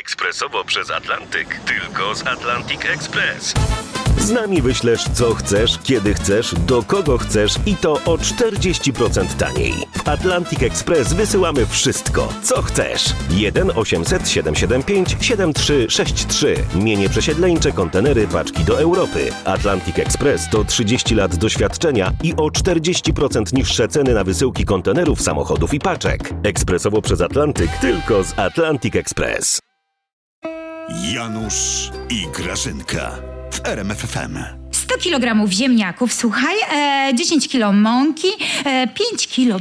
Ekspresowo przez Atlantyk. Tylko z Atlantic Express. Z nami wyślesz co chcesz, kiedy chcesz, do kogo chcesz i to o 40% taniej. W Atlantic Express wysyłamy wszystko, co chcesz. 1 800 775 7363. Mienie przesiedleńcze, kontenery, paczki do Europy. Atlantic Express to 30 lat doświadczenia i o 40% niższe ceny na wysyłki kontenerów, samochodów i paczek. Ekspresowo przez Atlantyk, tylko z Atlantic Express. Janusz i Grażynka w RMF FM. 100 kg ziemniaków, słuchaj, 10 kg mąki, 5 kg,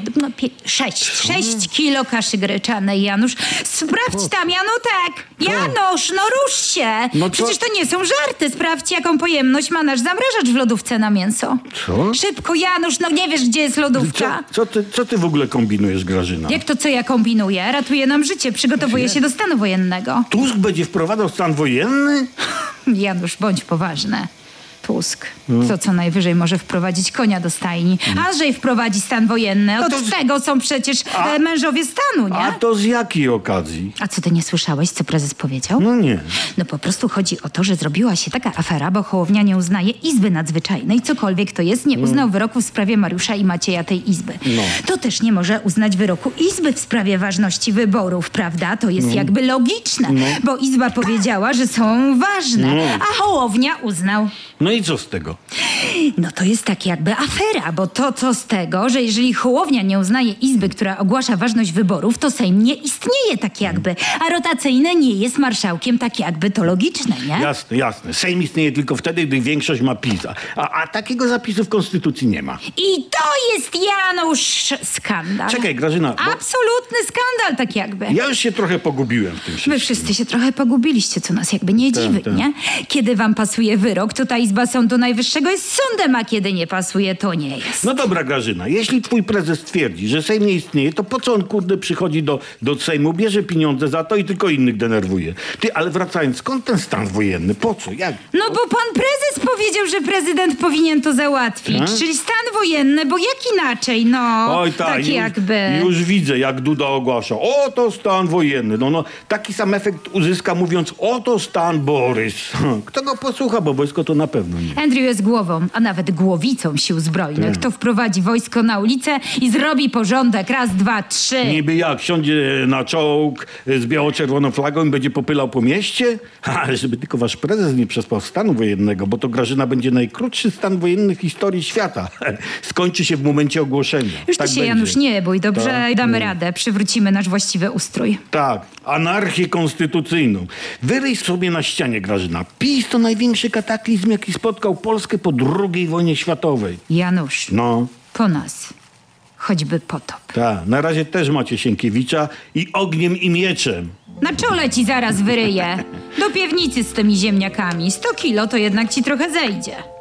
6 kg kaszy gryczanej, Janusz. Sprawdź tam, Janutek! Janusz, no rusz się! Przecież to nie są żarty. Sprawdź, jaką pojemność ma nasz zamrażacz w lodówce na mięso. Co? Szybko, Janusz, no nie wiesz, gdzie jest lodówka? Co ty w ogóle kombinujesz, Grażyna? Jak to, co ja kombinuję? Ratuje nam życie, przygotowuje się do stanu wojennego. Tusk będzie wprowadzał stan wojenny? Janusz, bądź poważny. Tusk. To co najwyżej może wprowadzić konia do stajni. Andrzej wprowadzi stan wojenny. Od tego są przecież mężowie stanu, nie? A to z jakiej okazji? A co, ty nie słyszałeś, co prezes powiedział? No nie. No po prostu chodzi o to, że zrobiła się taka afera, bo Hołownia nie uznaje Izby Nadzwyczajnej. Cokolwiek to jest, nie uznał wyroku w sprawie Mariusza i Macieja tej Izby. To też nie może uznać wyroku Izby w sprawie ważności wyborów, prawda? To jest jakby logiczne, bo Izba powiedziała, że są ważne, a Hołownia uznał. No i co z tego? No to jest tak jakby afera, bo to co z tego, że jeżeli Hołownia nie uznaje Izby, która ogłasza ważność wyborów, to Sejm nie istnieje tak jakby, a rotacyjny nie jest marszałkiem tak jakby, to logiczne, nie? Jasne. Sejm istnieje tylko wtedy, gdy większość ma PiS. A takiego zapisu w Konstytucji nie ma. I to jest, Janusz, skandal. Czekaj, Grażyna, bo Absolutny skandal tak jakby. ja już się trochę pogubiłem w tym wszystkim. Wy wszyscy się trochę pogubiliście, co nas jakby nie dziwi, tak. nie? Kiedy wam pasuje wyrok, to ta Izba Sądu Najwyższego jest sądem, a kiedy nie pasuje, to nie jest. No dobra, Grażyna, jeśli twój prezes twierdzi, że Sejm nie istnieje, to po co on, przychodzi do Sejmu, bierze pieniądze za to i tylko innych denerwuje? Ty, ale wracając, skąd ten stan wojenny? Po co? Jak? No bo pan prezes powiedział, że prezydent powinien to załatwić, czyli stan wojenny, bo jak inaczej, no. Oj tak, już widzę, jak Duda ogłasza. Oto stan wojenny. No, taki sam efekt uzyska mówiąc, oto stan Borys. Kto go posłucha, bo wojsko to na pewno nie. Andrew jest głową, a nawet głowicą sił zbrojnych. To wprowadzi wojsko na ulicę i zrobi porządek. Raz, dwa, trzy. Niby jak, siądzie na czołg z biało-czerwoną flagą i będzie popylał po mieście? Ale żeby tylko wasz prezes nie przespał stanu wojennego, bo to, Grażyna, będzie najkrótszy stan wojenny w historii świata. Skończy się w momencie ogłoszenia. Już tak ty się, będzie. Janusz, nie bój, dobrze? Tak. Damy radę, przywrócimy nasz właściwy ustrój. Tak, anarchię konstytucyjną. Wyryj sobie na ścianie, Grażyna. PiS to największy kataklizm, jaki spotkał Polskę po II wojnie światowej. Janusz, No, po nas choćby potop. tak. Na razie też macie Sienkiewicza i ogniem i mieczem. Na czole ci zaraz wyryję. Do piwnicy z tymi ziemniakami. 100 kilo to jednak ci trochę zejdzie.